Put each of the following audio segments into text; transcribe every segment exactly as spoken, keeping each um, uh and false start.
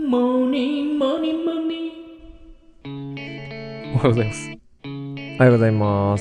モーニングモーニングモーニング。おはようございます。 おはようございます。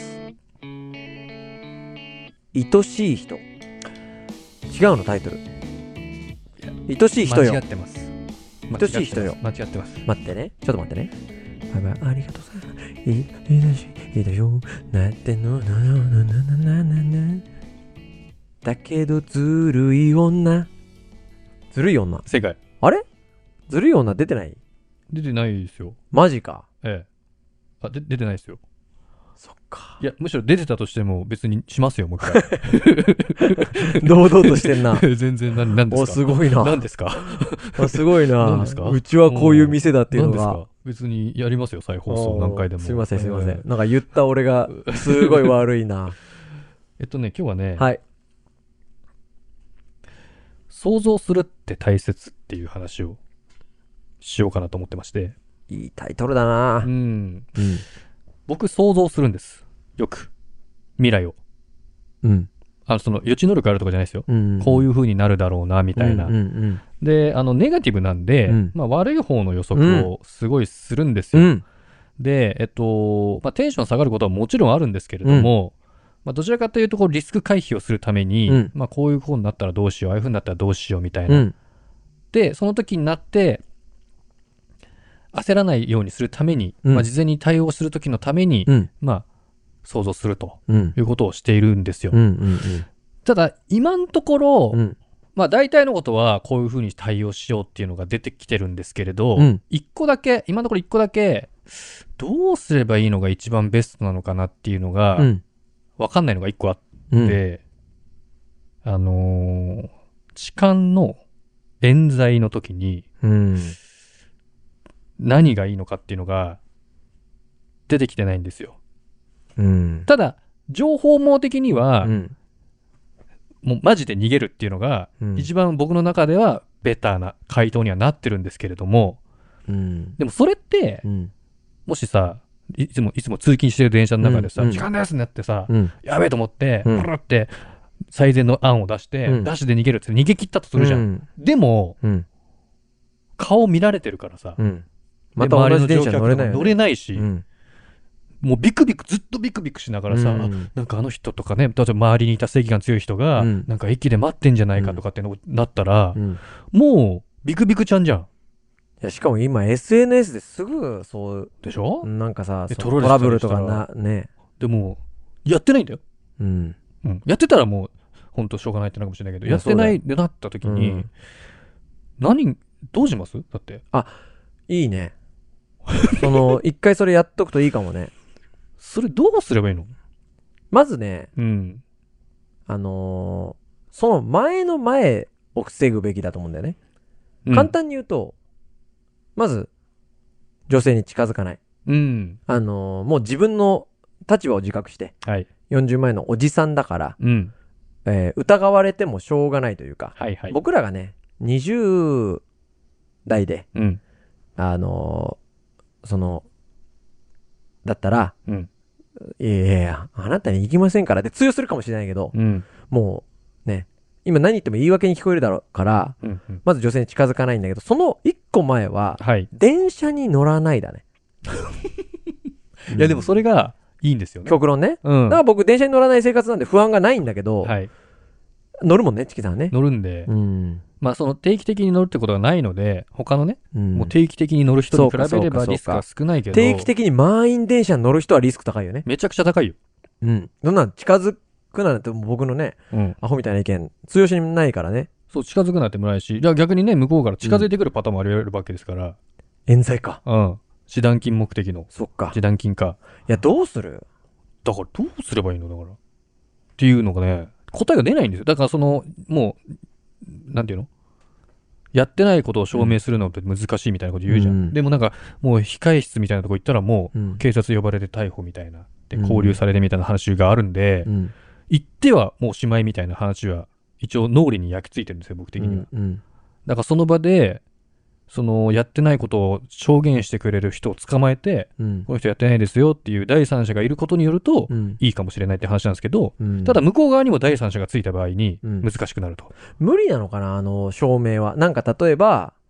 愛しい人。違うのタイトル。愛しい人よ。 間違ってます。 愛しい人よ。 間違ってます。 待ってね。ちょっと待ってね。バイバイ、ありがとうございます。愛しい人よ。なってのななななななな。だけどずるい女。ずるい女。 正解。 あれずるい女出てない？ 出てないですよ。 マジか。 ええ。あ、で出てないですよ。 そっか。 いや、むしろ出てたとしても別にしますよ、もう一回。 堂々としてんな。 全然、な、なんですか？ お、すごいな。 何ですか？ あ、すごいな。 何ですか？ うちはこういう店だっていうのが。 何ですか？別にやりますよ、再放送何回でも。 すいません、すいません。 えーなんか言った俺がすごい悪いな。 えっとね、今日はね、 はい。 想像するって大切っていう話をしようかなと思ってまして。 いいタイトルだな。 うん。 うん。 僕想像するんです。よく。未来を。 うん。 あの、その予知能力あるとかじゃないですよ。 うん。 こういう風になるだろうな、みたいな。 うんうんうんで、あの、ネガティブなんで、 うんまあ悪い方の予測をすごいするんですよ。 うん。 で、えっと、まあテンション下がることはもちろんあるんですけれども、まあどちらかというと、こうリスク回避をするために、 うんまあこういう風になったらどうしよう、ああいう風になったらどうしようみたいな。 うん。 で、その時になって、焦らないようにするために、 うんまあ事前に対応する時のために、 うん。 まあ想像するとうん。 いうことをしているんですよ。 うんうんただ、今のところ、 うん。うん。 まあ大体のことはこういう風に対応しようっていうのが出てきてるんですけれど、 うん一個だけ、今のところ一個だけ、どうすればいいのが一番ベストなのかなっていうのが、 うん。 わかんないのが一個あっうん。 て、あのー痴漢の冤罪の時にうん。 何がいいのかっていうのが出てきてないんですよ。 うん。 ただ、情報網的には、 うん。 もうマジで逃げるっていうのが、 うん一番僕の中ではベターな回答にはなってるんですけれども、 うん。 でもそれって、 うん。 もしさ、いつも、いつも通勤してる電車の中でさ、 うん時間ですってなってさ、 うん。 やべえと思って、 うんプルって最善の案を出して、 うんダッシュで逃げるって逃げ切ったとするじゃん。 うん。 でも、 うん。 顔見られてるからさ、 うん。 でまた同じ電車乗れないよね。 周りの乗客とか乗れないし、 うん。 もうビクビク、ずっとビクビクしながらさ、 うんあなんかあの人とかね、例えば周りにいた正義感強い人が、 うんなんか駅で待ってんじゃないかとかってのになったら、 うん。 もうビクビクちゃんじゃん。 いや、しかも今 エスエヌエス ですぐ、そう、 でしょ、 なんかさ、 えそのトラブルトラブルとかな、ね。 でも、やってないんだよ。 うん。 うん。やってたらもう、ほんとしょうがないってなるかもしれないけど、 いややってないってなった時に、 うん何、どうしますだって。 いいね。その、一回それやっとくといいかもね。 それどうすればいいの？ まずね、 うん。 あのーその前の前を防ぐべきだと思うんだよね。 うん簡単に言うと、まず、女性に近づかない。 うん。 あのーもう自分の立場を自覚して、 はい。 よんじゅうまえのおじさんだから、 うん。 えー疑われてもしょうがないというか、 はいはい。 僕らがね、にじゅう代で、 うん。 あのーその、だったら、 うん。 いやいやいや、あなたに行きませんからって通用するかもしれないけど、 うん。 もう、ね、今何言っても言い訳に聞こえるだろうから、 うん。うん。 まず女性に近づかないんだけど、その一個前は、 はい。 電車に乗らないだね。 いやでもそれがいいんですよね。 極論ね。 うん。 だから僕電車に乗らない生活なんで不安がないんだけど、 はい。 乗るもんね、チキさんはね。 乗るんで、 うん。 まあその定期的に乗るってことがないので、他のね、 うんもう定期的に乗る人に比べれそうかそうかそうかばリスクが少ないけど、 定期的に満員電車に乗る人はリスク高いよね。 めちゃくちゃ高いよ。 うん。そんなん近づくなんて僕のね、 うん。 アホみたいな意見、通用しないからね。 そう、近づくなってもないし、じゃあ逆にね、向こうから近づいてくるパターンもあり得るわけですから、 冤罪か。 うん。示談金目的の。 そっか。 示談金か。 いや、どうするだからどうすればいいのだから。っていうのがね、答えが出ないんですよ。だからその、もう、なんていうのやってないことを証明するのって難しいみたいなこと言うじゃん。 うんでもなんか、もう控室みたいなとこ行ったらもう、 うん。 警察呼ばれて逮捕みたいな。で、 うん交留されてみたいな話があるんで、 うん。 行ってはもうおしまいみたいな話は、一応脳裏に焼き付いてるんですよ、僕的には。 うん。うん。 だからその場で、その、やってないことを証言してくれる人を捕まえて、 うん。 この人やってないですよっていう第三者がいることによると、 うん。 いいかもしれないって話なんですけど、 うんただ、向こう側にも第三者がついた場合にうん難しくなると。 無理なのかなあの、証明は。なんか例えば、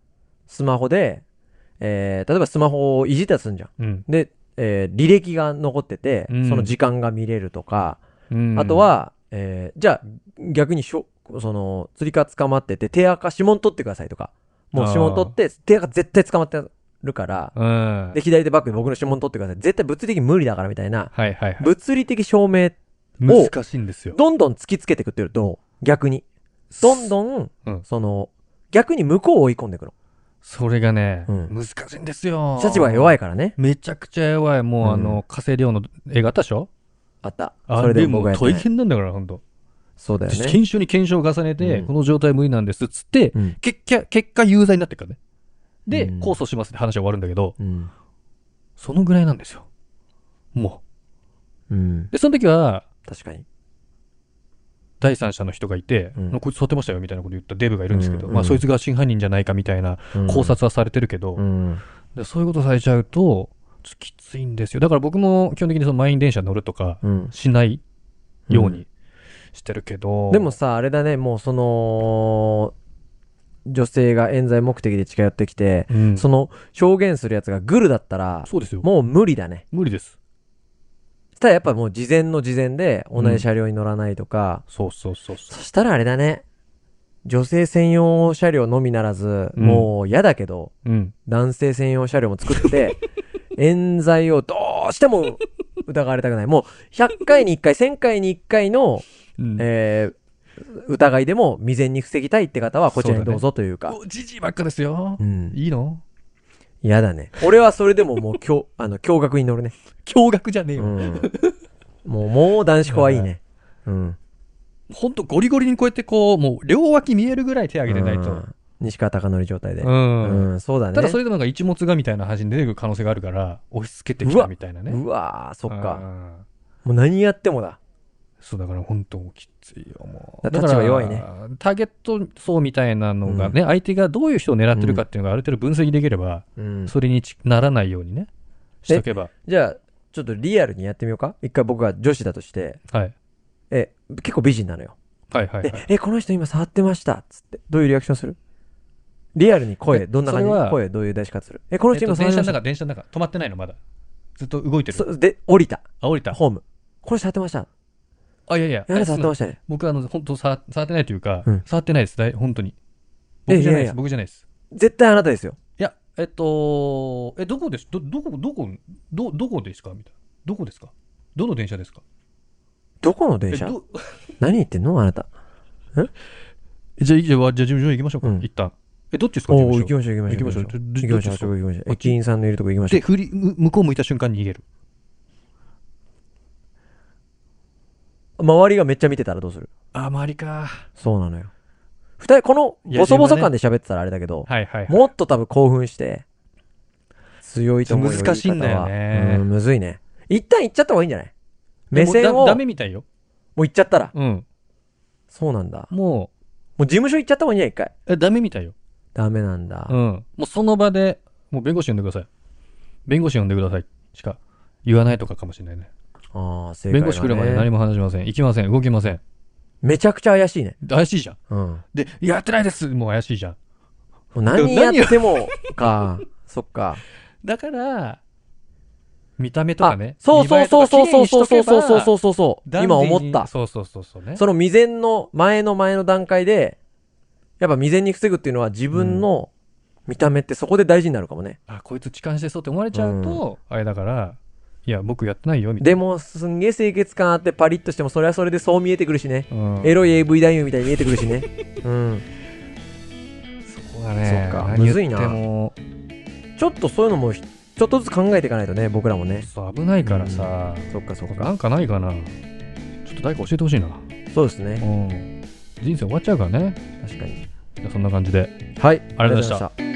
スマホで、えー、例えばスマホをいじったとすんじゃん。 うん。 で、えー履歴が残ってて、 うんその時間が見れるとか、 うん。 あと、は、えーじゃあ、逆にしょ、その、釣り革捕まってて、手垢、指紋取ってくださいとか、もう指紋取って、手垢絶対捕まってるから、 うん。 で、左手バックで僕の指紋取ってください。絶対物理的に無理だからみたいな、 はいはいはい。 物理的証明、 難しいんですよ。 どんどん突きつけてくってると、逆に、どんどん、 うんその、逆に向こうを追い込んでいくの。 それがね、 うん難しいんですよ。 立場が弱い。 いからね。 めちゃくちゃ弱い。もう、 うんあの、火星量の映画あったでしょ？ あった。 あそれでれもう大僕がやってない。 変なんだから、ほんと。 そうだよね。 検証に検証を重ねて、 うんこの状態無理なんですっつって、 うん。 結果、結果有罪になってるからね。で、 うん控訴しますって話は終わるんだけど、 うん。 そのぐらいなんですよ。もうんう。。で、その時は、 確かに。 第三者の人がいて、 うんこいつ触ってましたよみたいなこと言ったデブがいるんですけど、 うんまあそいつが真犯人じゃないかみたいなうん考察はされてるけど、 うん。 でそういうことされちゃうと、ちょっときついんですよ。だから僕も基本的にその満員電車乗るとかうん。 しないようにしてるけど、 でもさ、あれだね、もうその、女性が冤罪目的で近寄ってきて、 うん、 その証言するやつがグルだったら、 そうですよ。 もう無理だね。 無理です。 したらやっぱもう事前の事前で同じ車両に乗らないとか、 そうそうそうそそしたらあれだね、女性専用車両のみならず、 うんもう嫌だけど、 う。うん。 男性専用車両も作って、冤罪をどうしても疑われたくない。もうひゃっかいにいっかい、せんかいにいっかいの、 うんえー疑いでも未然に防ぎたいって方はこちらにどうぞというか。 おじじいばっかですよ。 うん。 いいの？ 嫌だね。俺はそれでももう今日、あの、驚愕に乗るね。 驚愕じゃねえよ。 うん。もう、もう男子校はいいね。うん。 ほんとゴリゴリにこうやってこう、もう両脇見えるぐらい手挙げてないと。 うん西川貴教状態で。 う。 うんん、そうだね。 ただそれでもなんか一物がみたいな話に出てくる可能性があるから、押し付けてきたみたいなね。 うわー、そっか。 うんもう何やってもだ。 そうだから本当きついよ、もう。 だから立場弱いね。 ターゲット層みたいなのがね、相手がどういう人を狙ってるかっていうのがある程度分析できれば、 うん。 それにちならないようにね、しとけば。 じゃあ、ちょっとリアルにやってみようか。一回僕が女子だとして、 はい。 え、結構美人なのよ。 はいはいはい。 で、え、この人今触ってました。つって。どういうリアクションする？リアルに声、 えどんな感じそれは声、どういう出し方する？え、このえっと人今触りました。 電車の中、電車の中、止まってないのまだ。ずっと動いてる。 そで、降りた。 あ、降りた。 ホーム。この人触ってました。 あ、いやいや。 やは触ってましたね。 僕はあの、本当触触ってないというか、 うん触ってないです。だい本当に。 え僕じゃないです。 いやいや僕じゃないです。 絶対あなたですよ。 いや、えっと、え、どこですど、どこ、どこ、ど、どこですかみたいな。どこですかどの電車ですかどこの電車えど何言ってんのあなた。 じゃあ、じゃあ、じゃあ事務所行きましょうか。 うん一旦。え、どっちですかお事務所ー行きましょう行きましょう。 行きましょう行きましょう。 どどっちですか行きましょう。 こっち駅員さんのいるとこ行きましょで、振り、む向こう向いた瞬間に逃げる。 う。周りがめっちゃ見てたらどうする？ あ、周りか。 そうなのよ。二人、この、 いやボソボソ感で喋ってたらあれだけど、 はいはいはい。 もっと多分興奮して、強いと思うよ。 難しいんだよね言い方はうん、むずいね。一旦行っちゃった方がいいんじゃない？目線を、 でもだダもメみたいよ。 う行っちゃったら。 うん。 そうなんだ。 ももう事務所行っちゃった方がいいんじゃない？一回。 う、え、ダメみたいよ。 ダメなんだ。 うん。もうその場で、もう弁護士呼んでください。弁護士呼んでください。しか言わないとかかもしれないね。 ああ、正解がね。 弁護士来るまで何も話しません。行きません。動きません。 めちゃくちゃ怪しいね。 怪しいじゃん。 うん。もで、やってないですもう怪しいじゃん。 う何やっても、か。そっか。 だから、見た目とかね。 そうそうそうそうそうそうそうそうそうそうう。 そうそう。 ダンディーに今思った。 そうそうそうそうね。 その未然の前の前の段階で、やっぱ未然に防ぐっていうのは自分の見た目ってそこで大事になるかもね。 あ、こいつ痴漢してそうって思われちゃうと、あれだから、いや、僕やってないよ、みたいでも、すんげえ清潔感あってパリッとしてもそれはそれでそう見えてくるしね。 な。うん。 エロい エーブイ 男優みたいに見えてくるしね。うん。 そこがね、 そっか何言ってむずいなも、 ちょっとそういうのもひちょっとずつ考えていかないとね、僕らもね。 そう危ないからさ、 そっかそっか。 なんかないかな。ちょっと誰か教えてほしいな。 そうですうね。 ん。人生終わっちゃうからね。 確かに。 じゃあそんな感じで。 はい。ありがとうございました。